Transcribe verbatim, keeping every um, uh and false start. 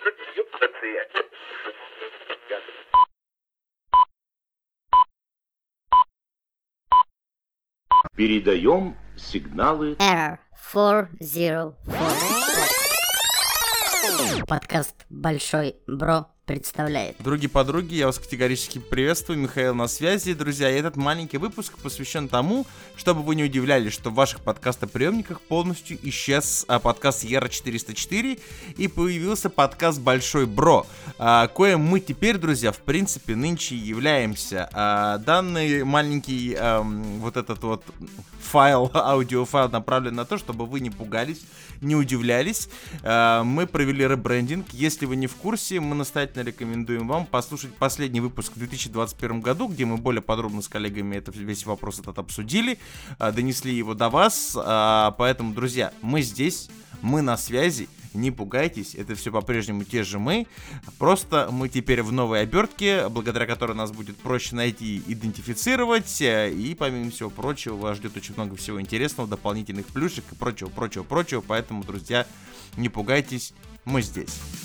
Передаем сигналы. Error четыреста четыре. Подкаст «Большой Бро» представляет. Други-подруги, я вас категорически приветствую, Михаил на связи, друзья, и этот маленький выпуск посвящен тому, чтобы вы не удивлялись, что в ваших подкастоприемниках полностью исчез а, подкаст Ера четыреста четыре и появился подкаст «Большой Бро», а, коим мы теперь, друзья, в принципе, нынче являемся. А, данный маленький а, вот этот вот файл, аудиофайл направлен на то, чтобы вы не пугались, не удивлялись. А, мы провели ребрендинг, если вы не в курсе, мы настоятельно рекомендуем вам послушать последний выпуск в две тысячи двадцать первом году, где мы более подробно с коллегами это, весь вопрос этот обсудили, донесли его до вас, поэтому, друзья, мы здесь, мы на связи, не пугайтесь, это все по-прежнему те же мы, просто мы теперь в новой обертке, благодаря которой нас будет проще найти, идентифицировать, и помимо всего прочего вас ждет очень много всего интересного, дополнительных плюшек и прочего, прочего, прочего, поэтому, друзья, не пугайтесь, мы здесь.